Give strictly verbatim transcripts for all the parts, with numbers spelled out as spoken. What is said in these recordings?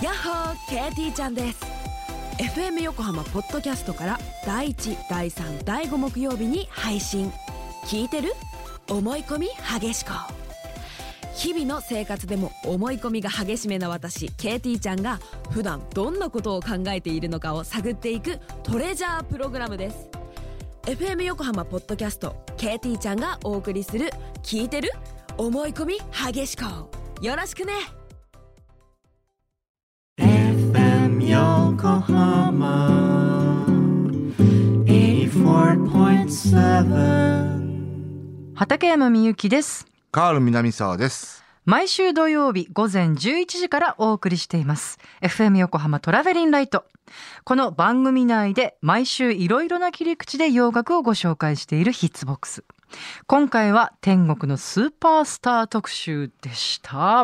やっほー ケーティー ちゃんです。 エフエム 横浜ポッドキャストからだいいち、だいさん、だいご木曜日に配信。聞いてる？思い込み激しこ。日々の生活でも思い込みが激しめな私 ケーティー ちゃんが普段どんなことを考えているのかを探っていくトレジャープログラムです。 エフエム 横浜ポッドキャスト ケーティー ちゃんがお送りする聞いてる？思い込み激しこ。よろしくね。 エフエム 横浜 はちじゅうよんてんなな畠山みゆきです。 カール南沢です。 毎週土曜日午前じゅういちじからお送りしています エフエム 横浜トラベリンライト。この番組内で毎週いろいろな切り口で洋楽をご紹介しているヒッツボックス。今回は天国のスーパースター特集でした。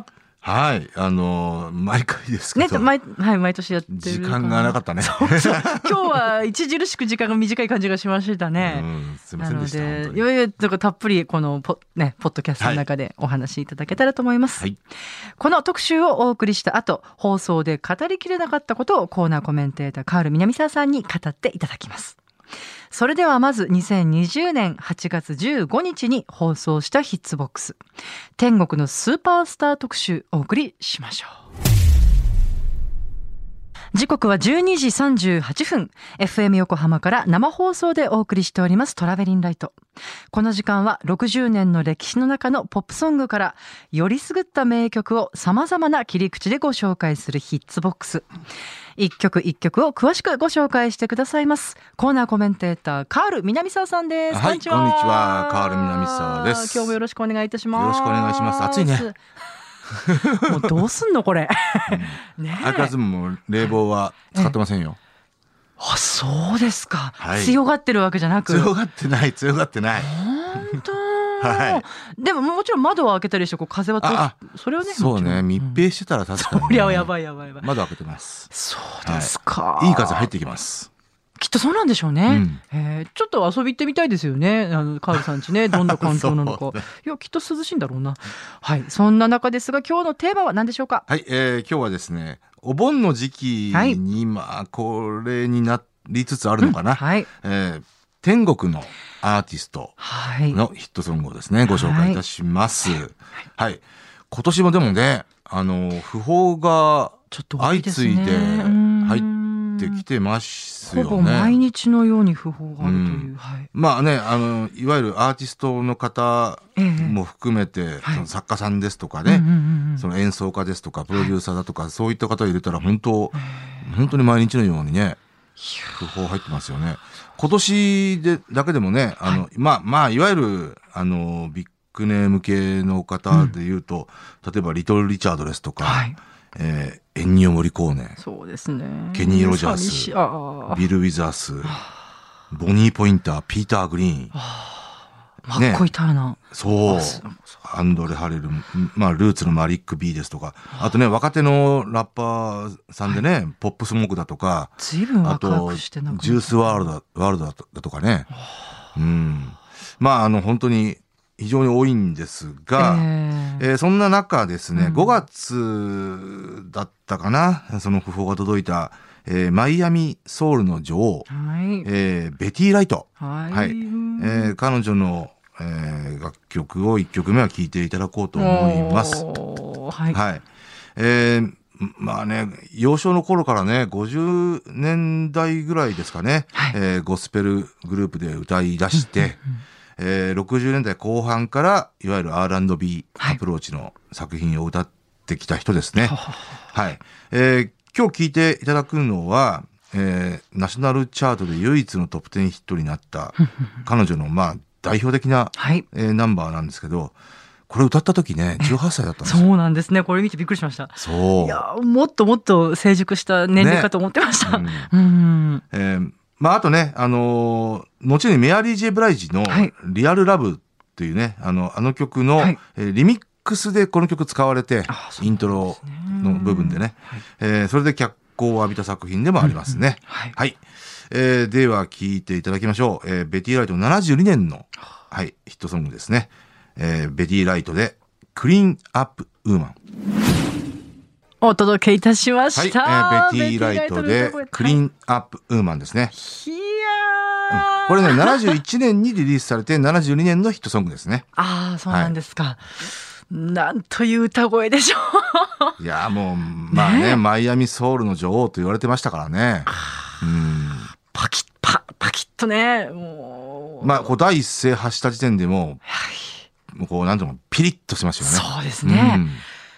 はい、あのー、毎回ですけど、 ね、毎、はい、毎年やってる時間がなかったね。 そうそう今日は著しく時間が短い感じがしましたね。 うん、すみませんでした。 なので本当にいやいやだからたっぷりこのポ、ね、ポッドキャストの中でお話しいただけたらと思います、 はい、 この特集をお送りした後、放送で語りきれなかったことをコーナーコメンテーターカール南沢さんに語っていただきます。それではまずにせんにじゅうねんはちがつじゅうごにちに放送したヒッツボックス、天国のスーパースター特集お送りしましょう。時刻はじゅうにじさんじゅうはっぷん、 エフエム 横浜から生放送でお送りしておりますトラベリンライト。この時間はろくじゅうねんの歴史の中のポップソングからよりすぐった名曲を様々な切り口でご紹介するヒッツボックス。一曲一曲を詳しくご紹介してくださいます。コーナーコメンテーターカール南沢さんです。 はい、こんにちは。 こんにちは、 カール南沢です。 今日もよろしくお願いいたします。 よろしくお願いします。暑いね。 もうどうすんのこれ、 うん、 ねえ、 相変わらずも冷房は使ってませんよ。 あ、そうですか、 はい、 強がってるわけじゃなく。 強がってない強がってない。 本当はい、 でももちろん窓は開けたりしてこう風は通あす。それはね、 そうね、密閉してたら確かに、ね、 そりゃやばいやばいやばい。 窓開けてます。 そうですか、 はい、いい風入ってきます。 きっとそうなんでしょうね、うん、えー、ちょっと遊び行ってみたいですよね、あのカールさん家ね、どんな環境なのかいやきっと涼しいんだろうな。はい、そんな中ですが今日のテーマは何でしょうか。 はい、えー、今日はですね、お盆の時期に、はい、まあこれになりつつあるのかな、うん、はい、えー、天国のアーティストのヒットソングをですね、はい、ご紹介いたします。はい、はい、今年もでもね、あの訃報が相次いで入ってきてますよね。ほぼ毎日のように訃報があるという、うん、はい、 まあね、あのいわゆるアーティストの方も含めて、ええ、その作家さんですとかね、はい、その演奏家ですとかプロデューサーだとか、はい、そういった方を入れたら本当、えー、本当に毎日のようにね訃報入ってますよね。今年でだけでもね、あの、はい、まあまあいわゆるあのビッグネーム系の方でいうと、うん、例えばリトル・リチャードですとか、はい、えー、エンニオ・モリコーネ、 そうですね、 ケニー・ロジャース、ビル・ウィザース、ボニー・ポインター、ピーター・グリーン、 マッコイ・ターナー、 そうアンドレ・ハレル、まあ、ルーツのマリック・ビーですとか、あとね若手のラッパーさんでね、はい、ポップスモークだとか、 随分若くしてなくなった、 ジュースワールド、ワールドだとかね、うん、まああの本当に非常に多いんですが、えーえー、そんな中ですね、うん、ごがつだったかな、その訃報が届いた、えー、マイアミソウルの女王、はい、えー、ベティ・ライト、はいはい、えー、彼女の、えー、楽曲をいっきょくめは聴いていただこうと思います。はい、はい、えー、まあね、幼少の頃からね、ごじゅうねんだいぐらいですかね、はい、えー、ゴスペルグループで歌い出して、えー、ろくじゅうねんだいこう半からいわゆる アールアンドビー アプローチの作品を歌ってきた人ですね。はい、えー、今日聴いていただくのは、えー、ナショナルチャートで唯一のトップじゅうヒットになった彼女のまあ代表的な、はい、えー、ナンバーなんですけど、これ歌った時ねじゅうはっさいだったんですよ。 そうなんですね。これ見てびっくりしました。 そう、 いやもっともっと成熟した年齢かと思ってました、ね、うん、うん、 えーまあ、あとね、あのー、後にメアリー・ジェ・ブライジのリアル・ラブっていうね、あの、あの曲の、はい、えー、リミックスでこの曲使われて、イントロの部分でね、はい、えー、それで脚光を浴びた作品でもありますね。うん、はい、はい、えー、では聴いていただきましょう。えー、ベティ・ライトななじゅうにねんの、はい、ヒットソングですね。えー、ベティ・ライトでクリーンアップ・ウーマン。 お届けいたしまはい、 した。 えーベティライトでクリーンアップウーマンですね。 いやー、 これね、ななじゅういちねんにリリースされてななじゅうにねんのヒットソングですね。 ああ、そうなんですか。なんという歌声でしょう。 いやーもう、まあね、 ねマイアミソウルの女王と言われてましたからね。うん。 パキッパパキッとね、もう。 まあ、こう第一声発した時点でもはい、 う、もうこう、なんていうの、ピリッとしてましたよね。 そうですね。 うん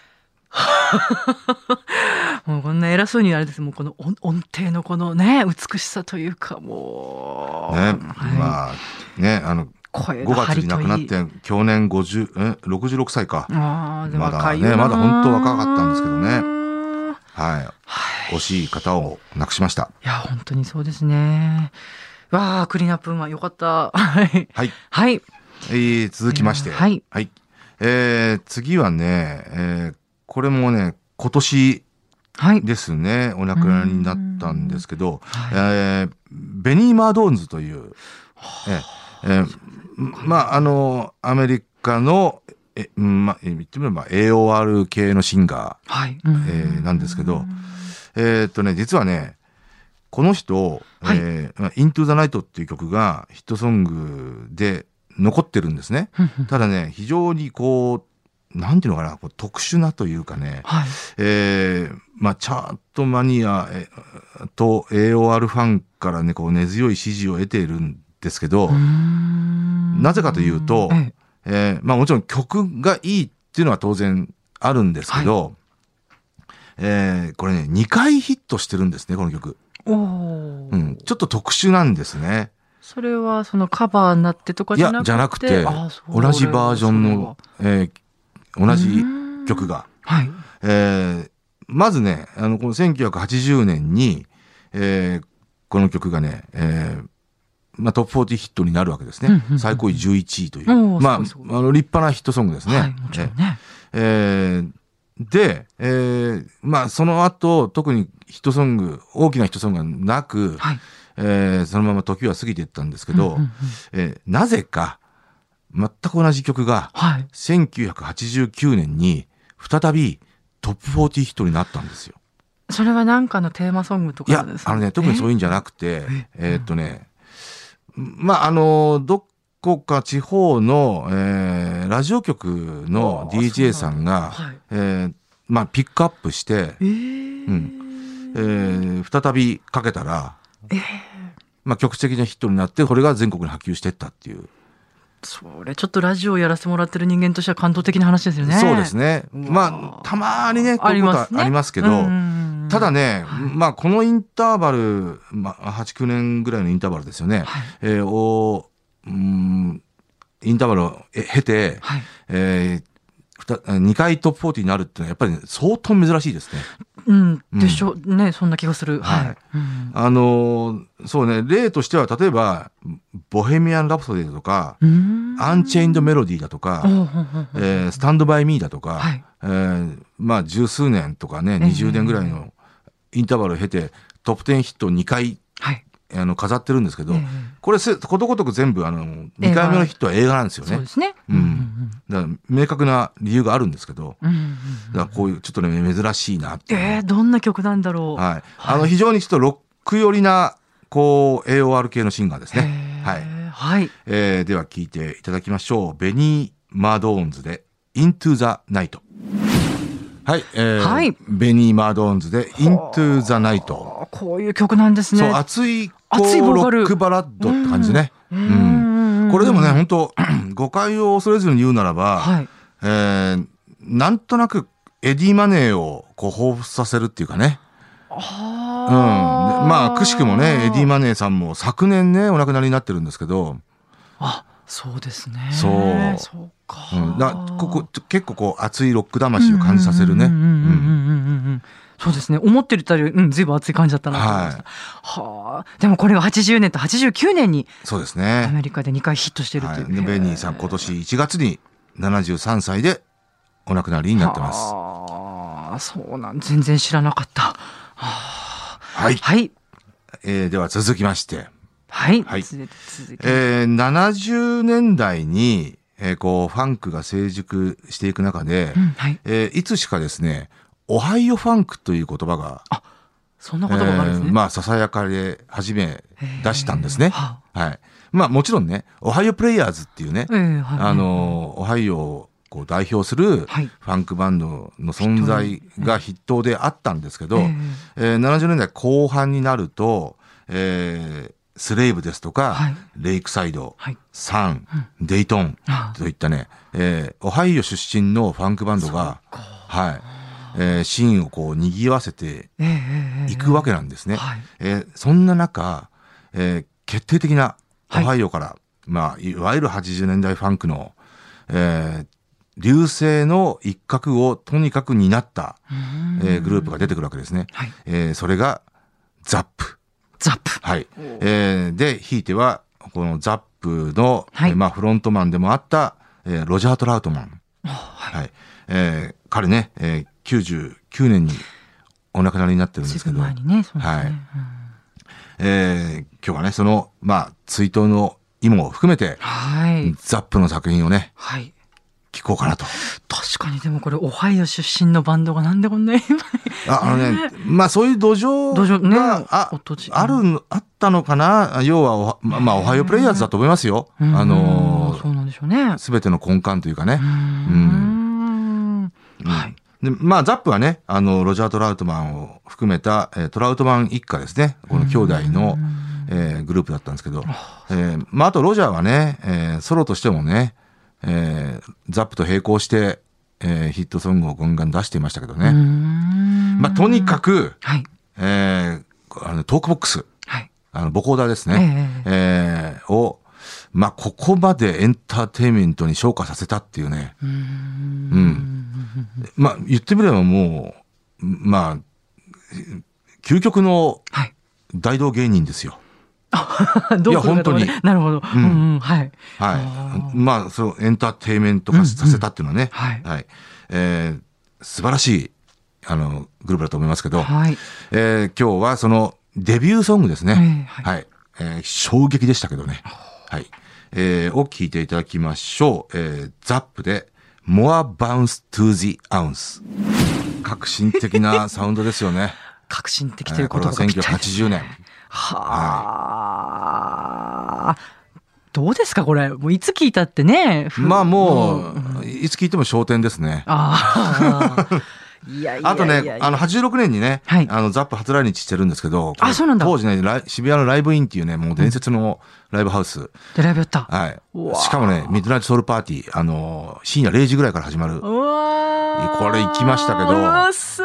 もうこんな偉そうにあれです。もうこの音音程のこのね、美しさというか、もう。 ね、 はい、 まあ、ね、あの、ごがつ声が張りといい。 に亡くなって、去年ごじゅう、え、ろくじゅうろくさいか。 ああ、でまだ若いよなね、まだ本当若かったんですけどね。はい。 はい。 惜しい方を亡くしました。 いや、本当にそうですね。わあ、クリーンアップウーマンよかった。はい。 はい。 はい。 えー続きまして。 えーはい。 はい。えー次はね、えーこれもね、今年はい。 ですね、お亡くなりになったんですけど、 はいえーベニー・マードーンズという、えーえーまあ、あの、アメリカの、えうんまあ、言ってみれば エーオーアール 系のシンガはい。 ー、えーなんですけど、えーっとね、実はね、この人、 はいえー、Into the Night っていう曲がヒットソングで残ってるんですね。ただね、非常にこう、なんていうのかな、こう特殊なというかね、 はい。 えーまあ、チャートマニアえーと エーオーアール ファンからね、こう根強い支持を得ているんですけど、なぜかというと、 えええーまあもちろん曲がいいっていうのは当然あるんですけど、えーこれね、にかいヒットしてるんですね、この曲。 おお、 うん、ちょっと特殊なんですね。 それはそのカバーになってとかいや、 じゃなくて、 じゃなくてあ、そう同じバージョンの、えー同じ曲が。 はい。 えーまずね、あの、このせんきゅうひゃくはちじゅうねんに、えーこの曲がね、えーまあ、トップよんじゅうヒットになるわけですね。 うんうんうん最高位じゅういちいといおう。まあ、あーすごいすごいの、立派なヒットソングですね。 はい、もちろんね。 えーで、えーまあ、その後、特にヒットソング、大きなヒットソングがなく、 はい。 えーそのまま時は過ぎていったんですけど、 うんうんうんえーなぜか、全く同じ曲が、 はい。 せんきゅうひゃくはちじゅうきゅうねんに再びトップよんじゅうヒットになったんですよ。 それは何かのテーマソングといやかなんです、か。 あのね、特にそういうんじゃなくて、えーっとね、まあ、あの、どこか地方の、えーラジオ局の ディージェー さんが、 はい。 えーまあ、ピックアップして、 えーうんえー再びかけたら、 えーまあ、局地的なヒットになって、これが全国に波及していったっていう。 それちょっとラジオをやらせてもらってる人間としては感動的な話ですよね。 そうですね。 うわまあ、たまにね、こういうことはありますけど、 うんただね、 はいまあ、このインターバル、まあ、はち、きゅうねんぐらいのインターバルですよね。 はいえーを、うん、インターバルをえ経て、 はい。 えー、にかいトップよんじゅうになるっていうのはやっぱり、ね、相当珍しいですね。 うん、でしょうね、そんな気がする。 はいはい。うんあのーそうね、例としては、例えば、ボヘミアン・ラプソディだとか、 うんアンチェインド・メロディーだとか、 おうほうほうほうえースタンド・バイ・ミーだとか、 はいえーまあ、十数年とかね、 ええにじゅうねんぐらいのインターバルを経て、トップじゅうヒットをにかいはい。 あの飾ってるんですけど、 ええこれせ、ことごとく全部、あの、にかいめのヒットは映画なんですよねそうで。すね。 うんだから明確な理由があるんですけど、 うんうんうんだからこういうちょっとね、珍しいなっていうね、 えー、どんな曲なんだろう。 はい。あの、非常にちょっとロック寄りな、こう、エーオーアール 系のシンガーですね。 へーはい。 はい。 えーでは聞いていただきましょう。ベニー・マードーンズで Into the Night。はい。えーはいベニー・マードーンズで Into the Night。 あこういう曲なんですね。 そう、熱い、こ熱いボう、ローカルックバラッドって感じね。 ううんんこれでもね、本当誤解を恐れずに言うならば、 はい。 えーなんとなくエディ・マネーをこう彷彿させるっていうかね。うん。であーまあ、くしくもね、エディ・マネーさんも昨年ね、お亡くなりになってるんですけど、 あ、そうですね。 そうそうか。 うん、だここ結構こう熱いロック魂を感じさせるね。 うんうんうんうんうんうんうんうんそうですね。思ってるたより、うん、ずいぶん熱い感じだったなと思いました。 ははあ。でもこれははちじゅうねんとはちじゅうきゅうねんにそうですアね。 メリカでにかいヒットしてるはい、 という。 でベニーさん今年いちがつにななじゅうさんさいでお亡くなりになってます。 ああ、そうなん、全然知らなかった。はあはい、 はい。 えーでは続きまして、 はい。 はい続き続きえーななじゅうねんだいに、えーこうファンクが成熟していく中で、 うん、はい。 えーいつしかですね、 オハイオファンクという言葉が、 そんな言葉があるんですね。 えーまあ、ささやかれ始め出したんですね。 ははい。まあ、もちろんね、オハイオプレイヤーズっていうね、 えーはいあの、オハイオをこう代表するはいファンクバンドの存在が筆頭であったんですけど、 えーえーななじゅうねんだいこう半になると、えースレイブですとか、 はいレイクサイド、 はいサン、デイトンあといったね、えーオハイオ出身のファンクバンドが、はい、えーシーンをこう賑わせてえーえーいくわけなんですね。 はいえーそんな中、えー決定的なオはいハイオから、まあ、いわゆるはちじゅうねんだいファンクの、えー流星の一角をとにかく担った、えーグループが出てくるわけですね。 はいえーそれがザップ。 ザップ。 はい。えーで、ひいては、このザップの、 はいえーまあ、フロントマンでもあった、えーロジャー・トラウトマン。はい。えー彼ね、えーきゅうじゅうきゅうねんにお亡くなりになってるんですけど、 ずいぶん前にね、そうですね。 はいうんえー今日はね、その、まあ、追悼の意も含めて、 はい。 ザップの作品をね、 はい。 聞こうかなと。 確かにでもこれオハイオ出身のバンドがなんでこんなにああのね、まあそういう土壌土壌ねが、あお土地あるの、あったのかな。要はおは、まあ、まあ、オハイオプレイヤーズだと思いますよ。あのそうなんでしょうね。 すべての根幹というかね。 うーんはい。 で、まあ、ザップはね、あの、ロジャー・トラウトマンを含めた、えートラウトマン一家ですね。この兄弟の、えーグループだったんですけど、えーまあ、あとロジャーはね、えーソロとしてもね、えーザップと並行して、えーヒットソングをガンガン出していましたけどうーね。 んまあ、とにかく、 はい。 えーあのトークボックス、 はい。 あの、ボコーダーですね。えーを、まあ、ここまでエンターテインメントに昇華させたっていうね。 うーんうん。まあ、言ってみればもう、まあ、究極のはい。 大道芸人ですよ。 どういや本当になるほど。うんうん。はい。あはい。まあ、そう、エンターテインメント化させたっていうのはね。 はいはい。えー素晴らしい、あの、グループだと思いますけど、 はい。 えー今日はそのデビューソングですね。 えーはいはい。えー衝撃でしたけどね。はい。えーを聞いていただきましょう。えーザップで More Bounce to the Ounce。革新的なサウンドですよね。 革新的えという言ーこれはせんきゅうひゃく葉がぴったりはちじゅうねん。 はあ。どうですかこれ。もういつ聞いたってね。ふまあもう、いつ聞いても焦点ですね。 ああ。いやいやいやいやあとね、あの、はちじゅうろくねんにね、 はいあの、ザップ初来日してるんですけど、 あそうなんだ当時ね、ライ渋谷のライブインっていうね、もう伝説のライブハウス。 で、ライブやった。 はい。 うわーしかもね、ミッドナイトソウルパーティー、あの、深夜れいじぐらいから始まる。 うわーこれ行きましたけどうわそう。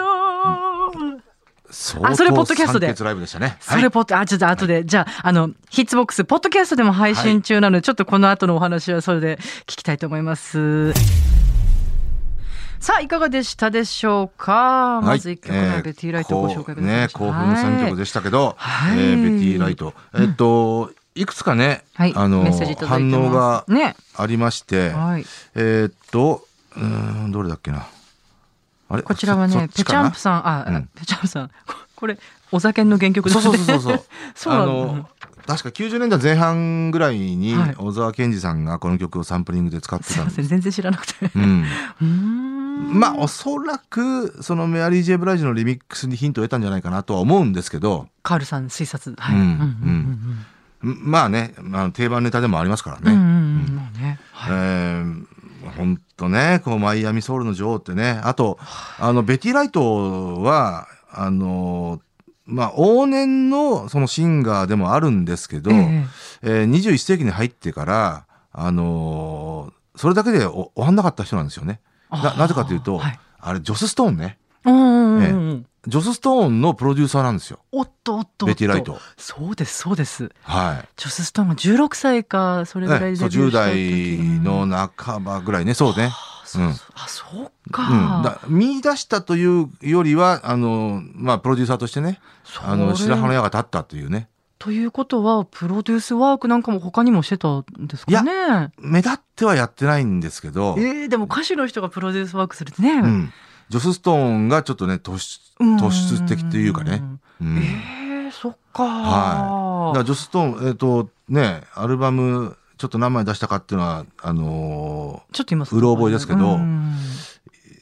相あそれポッドキャストで酸欠ライブでしたね。 それポッド、あ、ちょっと後で、じゃあ、あの、ヒッツボックス、ポッドキャストでも配信中なので、ちょっとこの後のお話はそれで聞きたいと思います。さあ、いかがでしたでしょうか。まず一曲目、ベティライトをご紹介くださいまね、 した。 興奮さんきょくでしたけど、 はいえーベティライト。えっと、いくつかね、 はいあの、 メッセージいただいてます反応がね。 ありまして、 はい。 えーっと、うーん、どれだっけな。あれこちらはね、ペチャンプささん、あ、 うんペチャンプさん、ここれ、お酒の原曲ですそうね。 そうそうそう。 そうなあのの、確かきゅうじゅうねんだいぜん半ぐらいにはい小沢健二さんがこの曲をサンプリングで使ってすいません、 たんです。 全然知らなくて。 うん。 うーんまあ、おそらく、そのメアリー・ジェイ・ブライジのリミックスにヒントを得たんじゃないかなとは思うんですけど、 カールさん推察。はい。 うんうんうんまあね、あの定番ネタでもありますからうんうん。うんうんね。 うん。まあね。はい。 えー本当ね、こう、マイアミソウルの女王ってね、あと、あの、ベティ・ライトは、あの、まあ、往年のそのシンガーでもあるんですけど、 えええーにじゅういっせいきに入ってから、あのーそれだけでお終わんなかった人なんですよね。ななぜかというと、 はいあれ、ジョス・ストーンね。 うんうんうんうん。 ジョス・ストーンのプロデューサーなんですよ。 おっとおっとおっと。 ベティライト。 そうです、そうです。 はい。 ジョス・ストーンがじゅうろくさいか、それぐらいでねそう、 デビューじゅうした時代の半ばぐらいね、そうね。 あそうそうあ、そううん、 か。 だ見出したというよりは、あの、まあ、プロデューサーとしてね、あの、 それ白羽の矢が立ったというね。 ということは、プロデュースワークなんかも他にもしてたんですかね。 目立ってはやってないんですけど、 えー、でも歌手の人がプロデュースワークするってね。 うん。ジョス・ストーンがちょっとね、突出うん突出的というかね。うんえー、そっか。 はい。だからジョス・ストーン、えっ、と、ね、アルバム、ちょっと何枚出したかっていうのは、あのちょっと今うろ覚えですけどうんー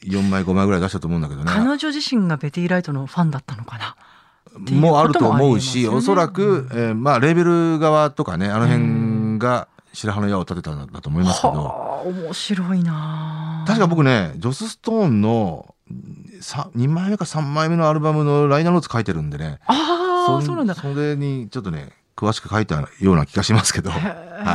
よんまいごまいぐらい出したと思うんだけどね。 彼女自身がベティ・ライトのファンだったのかなっていうもうあることもありと思うし、 えますよね。 おそらく、えーまあレーベル側とかね、あの辺が白羽の矢を立てたんだと思いますけど、 はあ、面白いな。 確か僕ね、ジョス・ストーンのにまいめかさんまいめのアルバムのライナーノーツ書いてるんでね、 ああ、そうなんだ。 それにちょっとね詳しく書いたような気がしますけど、はい。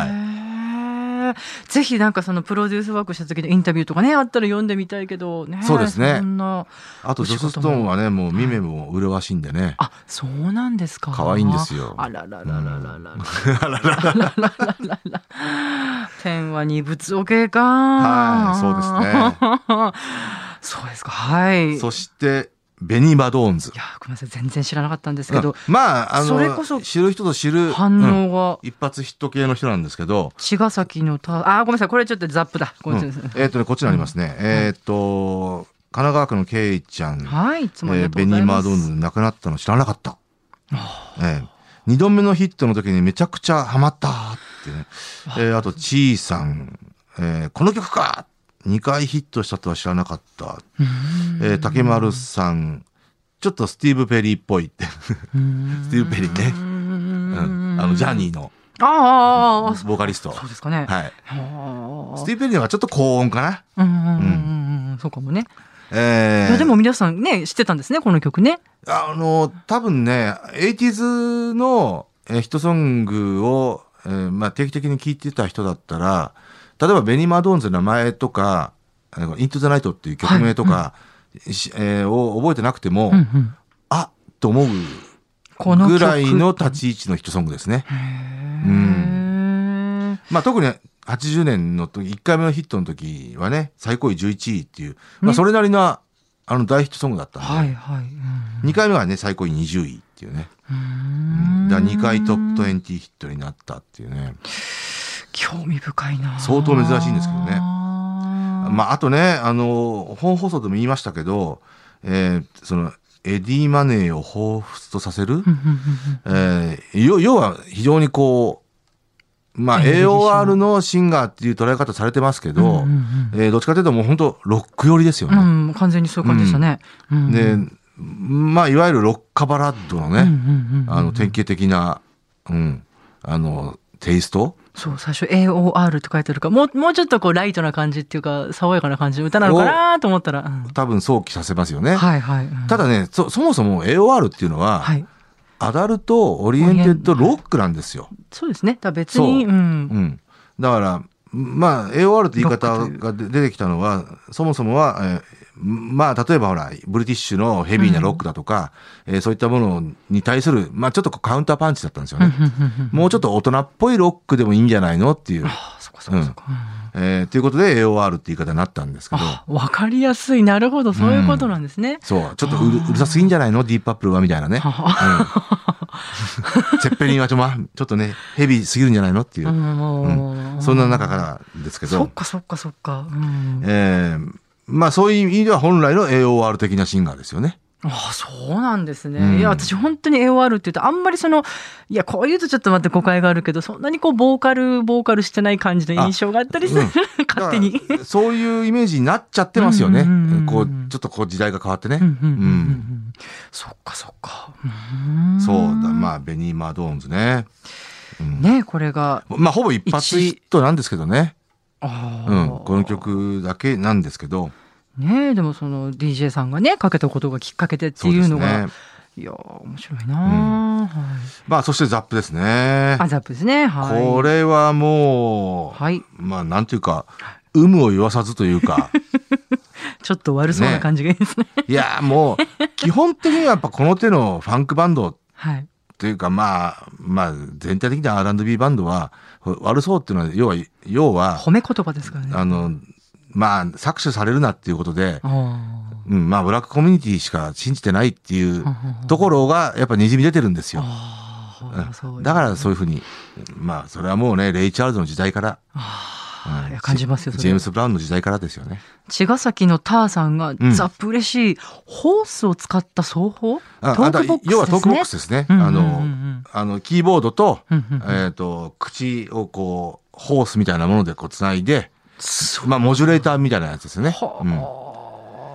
ぜひなんかそのプロデュースワークした時のインタビューとかねあったら読んでみたいけどね。 そうですね。 そんなあとジョス・ストーンはね、もう見目も麗しいんでね。 あ、そうなんですか。 可愛いんですよ。 あらららららららら。天は二物おけか。 はい、そうですね。 そうですか。はい。 そしてベニー・マドーンズ。 いや、ごめんなさい、全然知らなかったんですけど、 うん、まああのそれこそ知る人ぞ知る反応が、 うん、一発ヒット系の人なんですけど、 茅ヶ崎のた、あ、ごめんなさい、これちょっとザップだ。ごめんなさい。 うん、えっ、ー、とねこっちにありますね。うん、えっ、ー、と神奈川区のケイちゃん、 はい、いつもありえー、 がとうございます。 ベニー・マドーンズ亡くなったの知らなかった。えー、にどめのヒットの時にめちゃくちゃハマったってね。えー、あとチーさん、えー、この曲かにかいヒットしたとは知らなかった。えー、竹丸さん、ちょっとスティーブ・ペリーっぽいってスティーブ・ペリーね、うん、あのジャニーのああボーカリスト。 そうですかね。 はい。スティーブ・ペリーの方がちょっと高音かな。 うんうんうんうん、そうかもね。 えー、 いやでも皆さんね知ってたんですね、この曲ね。 あの多分ねエイティーズのヒットソングを、えーまあ、定期的に聴いてた人だったら、例えばベニー・マドーンズの名前とかイントゥ・ザ・ナイトっていう曲名とか、はい、えー、を覚えてなくても、うんうん、あっと思うぐらいの立ち位置のヒットソングですね。うん、まあ、特にはちじゅうねんの時いっかいめのヒットの時はね最高位じゅういちいっていう、まあ、それなりなあの大ヒットソングだったんで、 はいはい、うん、 にかいめはね最高位にじゅういっていうね、うん、だからにかいトップにじゅうヒットになったっていうね。 興味深いな。 相当珍しいんですけどね。まあ、あとねあの本放送でも言いましたけど、えー、そのエディ・マネーを彷彿とさせる、えー、要は非常にこう、まあ、エーオーアール のシンガーっていう捉え方されてますけど、うんうんうん、えー、どっちかというともう本当ロック寄りですよね、うん、 完全にそういう感じでしたね、うんうん、 でまあ、いわゆるロッカバラッドのね、うんうんうんうん、あの典型的な、うん、あのテイスト。 そう、最初 エーオーアール って書いてあるから、もう、もうちょっとこうライトな感じっていうか、爽やかな感じの歌なのかなと思ったら、うん、 多分想起させますよね。 はいはい。うん、 ただねそ、そもそも エーオーアール っていうのは、はい、アダルトオリエンテッドロックなんですよ。 そうですね。だ別に、うん、うん。 だから、まあ、エーオーアール って言い方が出てきたのは、そもそもは、えー、まあ、例えばほら、ブリティッシュのヘビーなロックだとか、うん、えー、そういったものに対する、まあ、ちょっとカウンターパンチだったんですよね。もうちょっと大人っぽいロックでもいいんじゃないのっていう。 あ、そこそこそこ。 うん、えー、ということで エーオーアール って言い方になったんですけど。 わかりやすい。なるほど。そういうことなんですね。 うん、そう。ちょっとう る, うるさすぎんじゃないのディープパップルはみたいなね。うん、セッペリンはちょ,、ま、ちょっとね、ヘビーすぎるんじゃないのっていう。うん、そんな中からですけど。 そっかそっかそっか。うん、 えーまあそういう意味では本来の エーオーアール 的なシンガーですよね。 ああ、そうなんですね。うん、いや、私本当に エーオーアール って言うとあんまりその、いや、こう言うとちょっと待って誤解があるけど、そんなにこうボーカル、ボーカルしてない感じの印象があったりする。うん、勝手に。 そういうイメージになっちゃってますよね。こう、ちょっとこう時代が変わってね。 そっかそっか。 うそうだ、まあ、ベニー・マドーンズね。 うん、ね、これが。 まあ、ほぼ一発ヒットなんですけどね。あうん、この曲だけなんですけど。 ねえ、でもその ディージェー さんがねかけたことがきっかけでっていうのが、ね、いや面白いな、うんはい、 まあそしてザップですね。 あ、ザップですね、はい、 これはもう、はい、まあなんていうか有無を言わさずというかちょっと悪そうな感じがいいですね。 いやもう基本的にはやっぱこの手のファンクバンドというか、まあまあ全体的に アールアンドビー バンドは悪そうっていうのは要は要は褒め言葉ですからね。 あのまあ搾取されるなっていうことで、うん、まあブラックコミュニティしか信じてないっていうところがやっぱにじみ出てるんですよ。うん、だからそういうふうにまあそれはもうねレイ・チャールズの時代から、 うん、いや感じますよ。 ジェームス・ブラウンの時代からですよね。 茅ヶ崎のターさんが、うん、ザップ嬉しいホースを使った奏法、 あトークボックスですね。要はトークボックスですね。あのあのキーボードと、うんうんうん、えっと口をこうホースみたいなものでこうつないで。まあモジュレーターみたいなやつですね。はあ、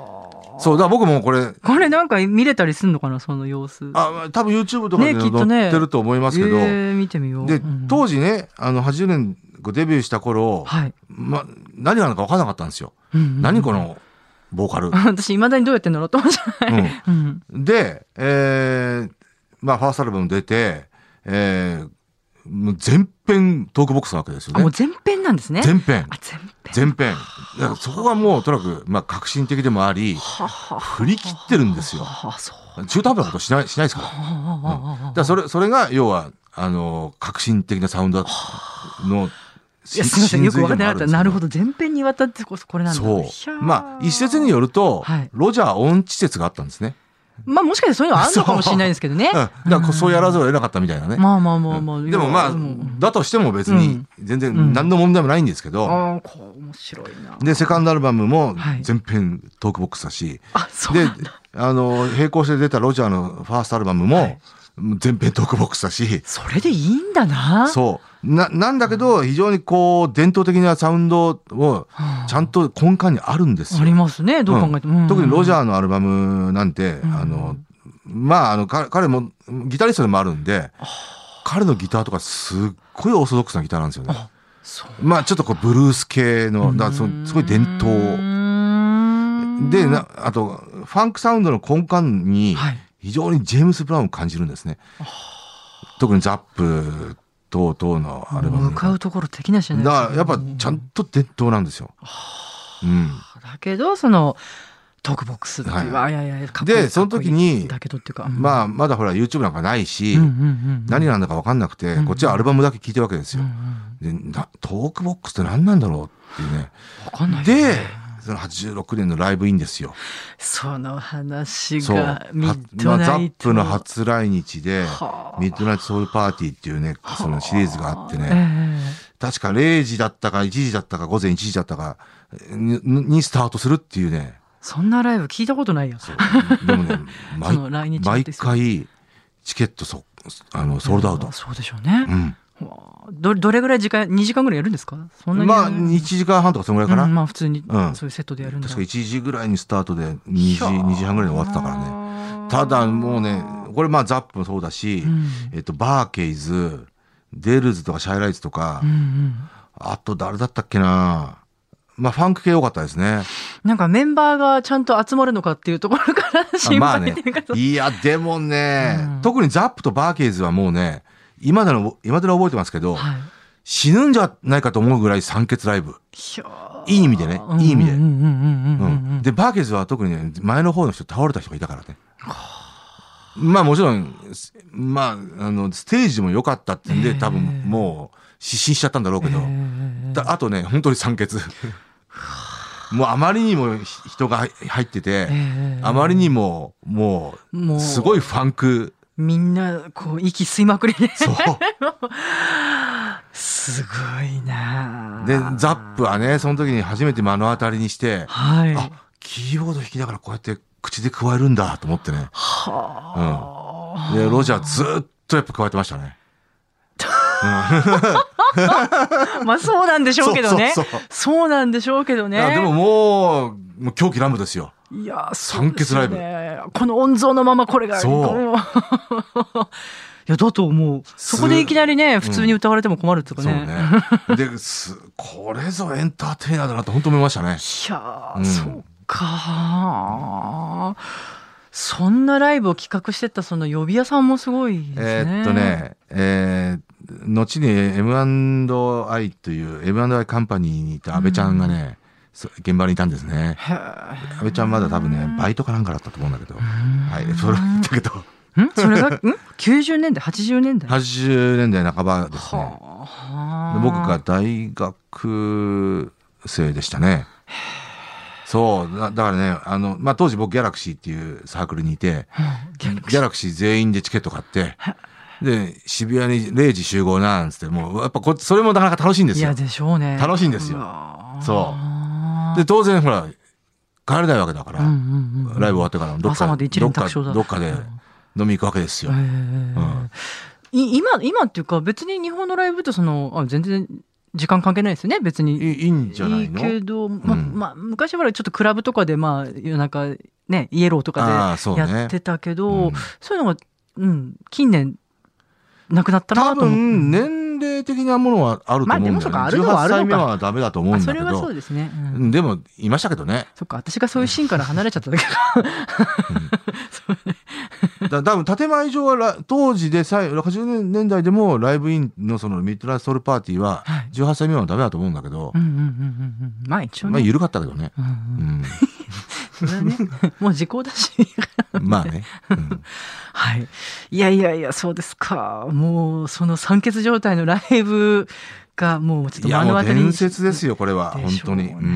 そうだから僕もこれこれなんか見れたりするのかなその様子。 あ多分 YouTube とかでね載きっとねってると思いますけど、 えー、見てみよう。 でうん当時ねあのはちじゅうねんデビューした頃、 はい、 ま、何があるのか分からなかったんですよ、 うんうんうん、 何このボーカル私いまだにどうやってんだろうと思うじゃない、 うんうん、で、えー、まあファーストアルバム出て、えー、もう全編トークボックスなわけですよね。 あもう全編なんですね。 全編あ全編全編だからそこがもうとにかく、まあ、革新的でもありはは振り切ってるんですよ。 ははそう中途半端なことしないしないですから、うん、だからそれそれが要はあの革新的なサウンドのいやすみませんよく分かってなかった。なるほど全編にわたってこそこれなんだ。 そうまあ一説によると、はい、ロジャー音痴説があったんですね。 まあもしかしてそういうのあるのかもしれないですけどね。 そう、うん、だからそうやらざるを得なかったみたいなね。 まあまあまあまあ、うん、 でもまあだとしても別に全然何の問題もないんですけど、うん、 ああこう面白いな。 でセカンドアルバムも全編トークボックスだし、 はい、あそうなんだ。 であの並行して出たロジャーのファーストアルバムも、はい全編トークボックスだし、 それでいいんだな。 そうななんだけど非常にこう伝統的なサウンドをちゃんと根幹にあるんですよ。 ありますねどう考えても、うん、 特にロジャーのアルバムなんて、うん、あのまああの彼もギタリストでもあるんで、彼のギターとかすっごいオーソドックスなギターなんですよね。まあちょっとこうブルース系のだからすごい伝統でなあとファンクサウンドの根幹に、はい非常にジェームス・ブラウンを感じるんですね。特にザップ等々のアルバム向かうところ的なしないですか。だからやっぱちゃんと伝統なんですよ。うん、 だけどそのトークボックスっていう、はい、いやいやかっこいいでその時にだけどっていうか、うん、 まあまだほら YouTube なんかないし、うんうんうんうん、何なんだか分かんなくて、うんうん、こっちはアルバムだけ聴いてるわけですよ。うんうん、でトークボックスって何なんだろうっていうね。 分かんないで、ねそのはちじゅうろくねんのライブインですよ。 その話がミッドナイト、 まあ、ザップの初来日でミッドナイトソウルパーティーっていうねそのシリーズがあってね、えー、確かれいじだったかいちじだったか午前いちじだったか に, にスタートするっていうね。 そんなライブ聞いたことないよ。 でもね毎, 毎回チケット そあのソールドアウト。 そうでしょうね、 うんど, どれぐらい時間にじかんぐらいやるんですか。そんなにまあいちじかんはんとかそのぐらいかな、 うん、まあ普通にそういうセットでやるんだ、うん、 確かいちじぐらいにスタートでにじにじはんぐらいに終わってたからね。ただもうねこれまあザップもそうだし、うん、えっとバーケイズデルズとかシャイライツとか、うんうん、あと誰だったっけな。まあファンク系多かったですね。 なんかメンバーがちゃんと集まるのかっていうところから心配っていうか、 まあね、いやでもね、うん、特にザップとバーケイズはもうね今での今での覚えてますけど、はい、死ぬんじゃないかと思うぐらい酸欠ライブ。いい意味でね、いい意味で。でバーケーズは特にね前の方の人倒れた人がいたからね。まあもちろんまああのステージも良かったってんで、えー、多分もう失神しちゃったんだろうけど、えー、あとね本当に酸欠。もうあまりにも人が入ってて、えー、あまりにももうすごいファンク。 みんなこう息吸いまくりで、 そうすごいな。 でザップはねその時に初めて目の当たりにして、はい、あキーボード弾きながらこうやって口で加えるんだと思ってね、はあ、うん、でロジャーずっとやっぱ加えてましたね。 まあそうなんでしょうけどね。そうそうそうそうなんでしょうけどね。 でももうもう狂気乱舞ですよ。 いや酸欠ライブ、 この音像のままこれがそういやだと思う。そこでいきなりね普通に歌われても困るっていうかね、 うん、そうねですこれぞエンターテイナーだなと本当思いましたね。いや、うん、そうか。そんなライブを企画してたその呼び屋さんもすごいですね。 えー、っとね、えー、後に エムアンドアイ という エムアンドアイ カンパニーにいた安倍ちゃんがね、うん、現場にいたんですね。安倍ちゃんまだ多分ねバイトかなんかだったと思うんだけど、はい、それ言ったけどんそれがんきゅうじゅうねんだいはちじゅうねんだいはちじゅうねんだいなかばですね。で僕が大学生でしたね。そうだからねあの、まあ、当時僕ギャラクシーっていうサークルにいて、ギャラクシー全員でチケット買ってで渋谷にれいじ集合なんつってもうやっぱこそれもなかなか楽しいんですよ。 いやでしょうね。 楽しいんですよ。そうで当然ほら帰れないわけだから、うんうんうん、ライブ終わってからどっかどっかどっかで飲み行くわけですよ。うん、 今今っていうか別に日本のライブってそのあ全然時間関係ないですよね別に。 いいんじゃないの。 いいけど、まうん、まあ昔はちょっとクラブとかでまあ夜中ね、イエローとかでやってたけど、そう、ねうん、そういうのが、うん、近年なくなったなと思って。 多分年齢的なものはあると思うんだよね。まあ、でもそうか、あるのはあるのか。じゅうはっさいめはダメだと思うんだけど。それはそうですね。うん、でもいましたけどね。 そっか、私がそういうシーンから離れちゃっただけか。 うん、だ多分建前上は当時でさはちじゅうねんだいでもライブインのそのミッドナイトソウルパーティーはじゅうはっさいめはダメだと思うんだけど、 まあ一応ね、 まあ緩かったけどね。うんうん、 それはね、もう時効だし。 まあね、うん。 はい。いやいやいや、そうですか。もうその酸欠状態のライブがもうちょっと目の当たりに。いやもう伝説ですよこれは本当に。うん、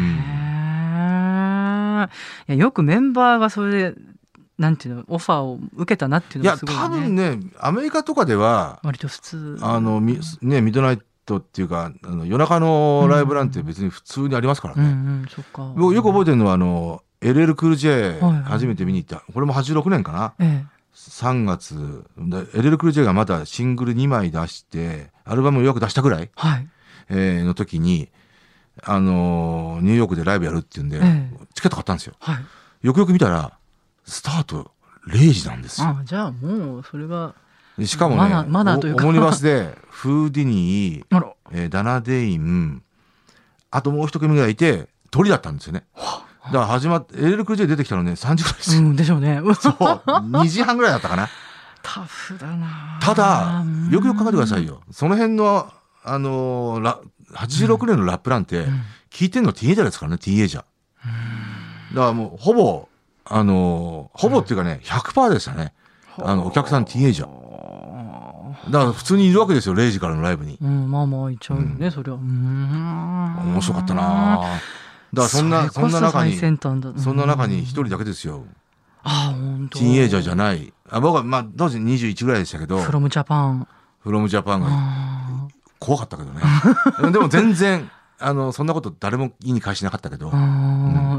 いやよくメンバーがそれでなんていうのオファーを受けたなっていうのがすごいね。 いや多分ねアメリカとかでは割と普通あのみねミッドナイトっていうかあの夜中のライブなんて別に普通にありますからね。うんうん、そっか。僕よく覚えてるのはあの エルエル クール J 初めて見に行った、はいはい、これもはちじゅうろくねんかな、ええ、さんがつ エルエル クール J がまだシングルにまい出してアルバムをよく出したぐらい、はいえー、の時に、あのー、ニューヨークでライブやるっていうんで、ええ、チケット買ったんですよ、はい、よくよく見たらスタートれいじなんですよ。 あじゃあもうそれがしかもねマナー、マナーというかオモニバスでフーディニー、えー、ダナデインあともう一組ぐらいいて鳥だったんですよね。だから始まって エルエル クール J 出てきたのねさんじぐらいですよ、 うん、でしょうね。 そうにじはんぐらいだったかな。 タフだな。 ただよくよく考えてくださいよ。その辺のあのー、ラはちじゅうろくねんのラップなんて聞いてんのティーンエイジャーですからね。ティーンエイジャーだからもうほぼあのー、ほぼっていうかね ひゃくパーセント でしたね。あのお客さんティーンエイジャーだから普通にいるわけですよれいじからのライブに、 うん、まあまあいっちゃうよね、うん、それはうーん面白かったな。だからそんなそんな中にそんな中に一人だけですよ。 あ本当。 ティーンエイジャーじゃない。あ僕はまあ当時にじゅういちぐらいでしたけど。 フロムジャパン。 フロムジャパンが怖かったけどね。でも全然あのそんなこと誰も意に介しなかったけど。うん、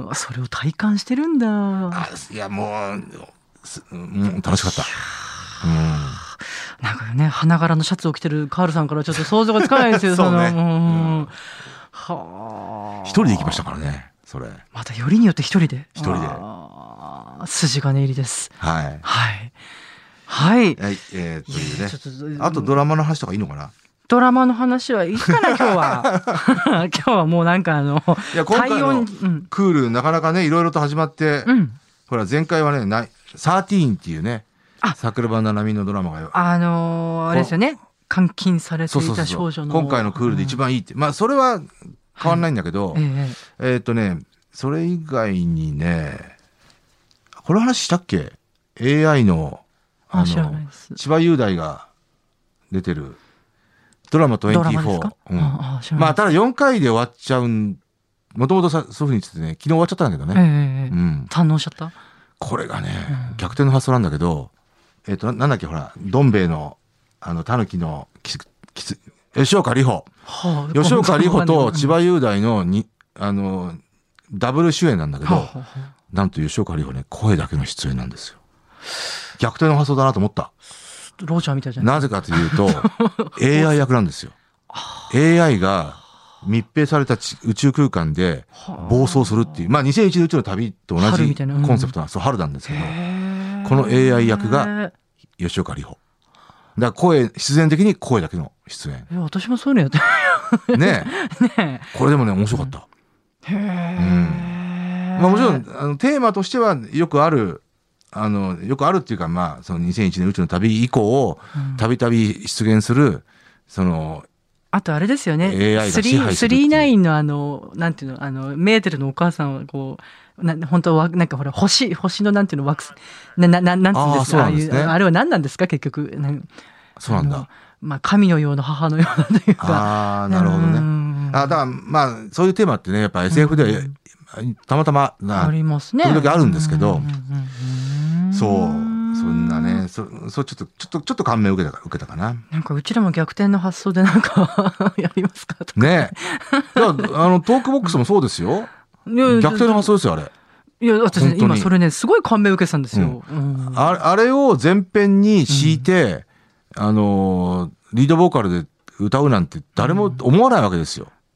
それを体感してるんだ。 あいやもう、うん、楽しかった。うん。 なんかね花柄のシャツを着てるカールさんからちょっと想像がつかないですよ。そうね。そのうんはあ、一人で行きましたからね。それまたよりによって一人で一人で筋金入りです。 はいはいはい、 はいえー、というねあとドラマの話とかいいのかな。 ドラマの話はいいかな今日は今日はもうなんかあのいや今回のクールなかなかねいろいろと始まって、うん、ほら前回はねなサーティーンっていうね桜庭ななみのドラマがあのー、あれですよね監禁されていた少女の今回のクールで一番いいって、うん、まあそれは変わんないんだけど、はい、えー、えー、っとねそれ以外にねこの話したっけ エーアイ のあの千葉雄大が出てるドラマにじゅうよん、うん、ああまあただよんかいで終わっちゃうんもともとそういうふうに言っててね昨日終わっちゃったんだけどね、 えーうん、堪能しちゃった。 これがね、うん、逆転の発想なんだけどえー、っと な, なんだっけほらどん兵衛のあのタヌキのきき吉岡里帆、はあ、吉岡里帆と千葉雄大のにあのダブル主演なんだけど、はあはあ、なんと吉岡里帆ね声だけの出演なんですよ。逆転の発想だなと思った。 ローチャーみたいじゃない。 なぜかというとエーアイ 役なんですよ。エーアイ が密閉された宇宙空間で暴走するっていう、まあにせんいちねん宇宙の旅と同じコンセプトなんですよ。春なんですけど、この エーアイ 役が吉岡里帆。だから声必然的に声だけの出演。 え私もそういうのやってるねえねえこれでもね面白かった。へえ、うん、まあもちろんあのテーマとしてはよくあるあのよくあるっていうかまあそのにせんいちねん宇宙の旅以降たびたび出現するそのあとあれですよねエーアイ が支配するっていうスリーナインのあのなんていうのあのメーテルのお母さんはこうな本当はなんかほら星星のなんていうの惑星ななななんていうんですか あ, あ, ういうあれは何なんですか結局なんそうなんだ。 まあ神のような母のようなというかああなるほどね。あだからまあそういうテーマってねやっぱ エスエフ ではたまたまなありますね。 時々あるんですけど、そうそんなねそそうちょっとちょっとちょっと感銘を受けた受けたかな。 なんかうちらも逆転の発想でなんかやりますかとかね。いやあのトークボックスもそうですよ。逆転の発想ですよあれ。 いや私、ね、今それねすごい感銘を受けてたんですよ。うんうん、 あ, あれを前編に敷いて、うん、あのリードボーカルで歌うなんて誰も思わないわけですよ。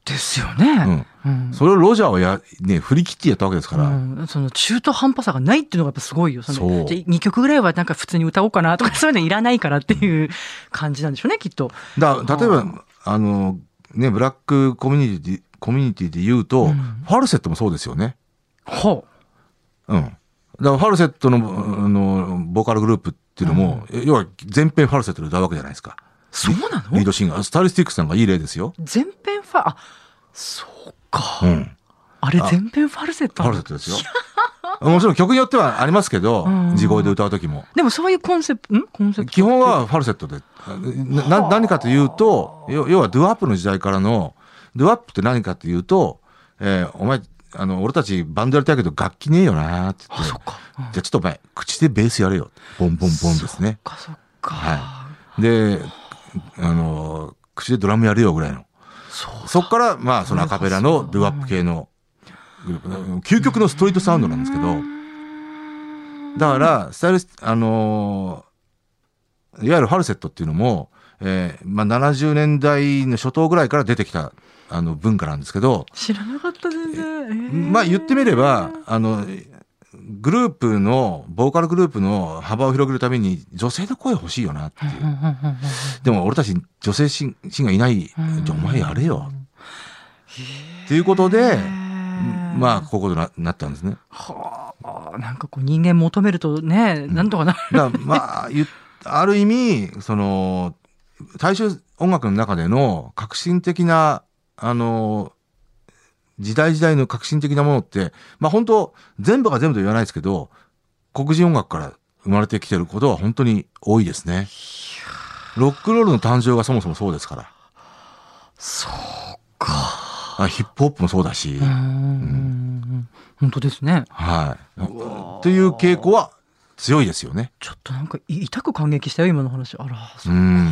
ですよね。 うんうんそれをロジャーはや、ね、振り切ってやったわけですから。 うんその中途半端さがないっていうのがやっぱすごいよ。そのそうじゃあにきょくぐらいはなんか普通に歌おうかなとかそういうのいらないからっていう感じなんでしょうね、きっと。 だ例えば、あの、ね、ブラックコミュニティで、コミュニティで言うと、 うんファルセットもそうですよね。 ほうん。だからファルセットの、あの、ボーカルグループっていうのも、要は全編ファルセットで歌うわけじゃないですか。 う。そうなのリードシンガー。スタイリスティックスなんかいい例ですよ。 全編ファ、あ、そうか。 うん。 あれ全編ファルセットファルセットですよ。もちろん曲によってはありますけどうん、 地声で歌う時も。 でもそういうコンセプト、んコンセプト基本はファルセットで。なな何かというと、要要はドゥアップの時代からの、ドゥアップって何かというと、えーお前、あの、俺たちバンドやりたいけど楽器ねえよなーって言って、 あそっか、うんじゃあちょっとお前、口でベースやれよ。ボンボンボンですね。 そっかそっか、 はで、あの、口でドラムやるよぐらいの。 そうそっから、まあ、そのアカペラのドゥアップ系のグループ、究極のストリートサウンドなんですけど、だから、スタイルス、あのーいわゆるファルセットっていうのも、えーまあ、ななじゅうねんだいの初頭ぐらいから出てきた、あの、文化なんですけど、 知らなかった全然、えーまあ、言ってみれば、あの、グループの、ボーカルグループの幅を広げるために女性の声欲しいよなっていう。 うんうんうんうんでも俺たち女性シンシンガーいない。じゃあお前やれよ。っていうことで、まあ、こういうことに な, なったんですね。 はあ、なんかこう人間求めるとね、なんとかなる。 だからまあ、言っある意味、その、大衆音楽の中での革新的な、あの、時代時代の革新的なものって、まあ本当、全部が全部と言わないですけど、黒人音楽から生まれてきてることは本当に多いですね。ロックンロールの誕生がそもそもそうですから。 そうか。 あヒップホップもそうだし、 うんうん本当ですね。 はい。という傾向は強いですよね。 ちょっとなんか痛く感激したよ今の話。あら、そうう。 ん。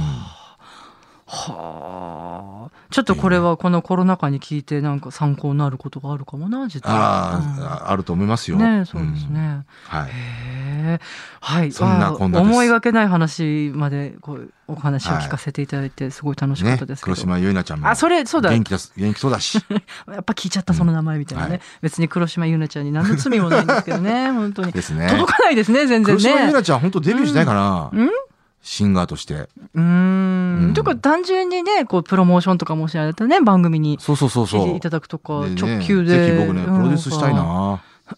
はあ。ちょっとこれはこのコロナ禍に聞いてなんか参考になることがあるかもな、実は。 ああ、あると思いますよ。 ね、そうですんね。 はい。 へえ。はい。 そんなこんなです思いがけない話までこうお話を聞かせていただいてすごい楽しかったですけど。 ね、黒島結菜ちゃんも。 あ、それそうだ。 元気だす元気そうだし。 やっぱ聞いちゃったその名前みたいなね。 はい別に黒島結菜ちゃんに何の罪もないんですけどね、本当に。 ですね。 届かないですね、全然黒島結ね。 菜ちゃん本当デビューしないかな。 うんシンガーとして。 うーん。 うんというか単純にね、こうプロモーションとかもしあれだったらね、番組にそうそうそうそう。 来ていただくとか、 でね直球で。 ぜひ僕ね、プロデュースしたいうん。 な。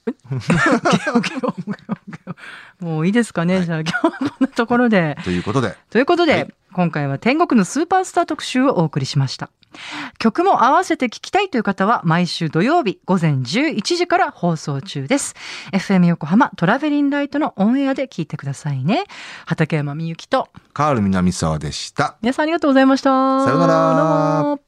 もういいですかね、じゃあ今日はこんなところで。 ということで。 ということで、 はい今回は天国のスーパースター特集をお送りしました。曲も合わせて聴きたいという方は毎週土曜日午前じゅういちじから放送中です。エフエム 横浜トラベリンライトのオンエアで聴いてくださいね。畠山みゆきとカール南沢でした。 皆さんありがとうございました。 さようならどうも。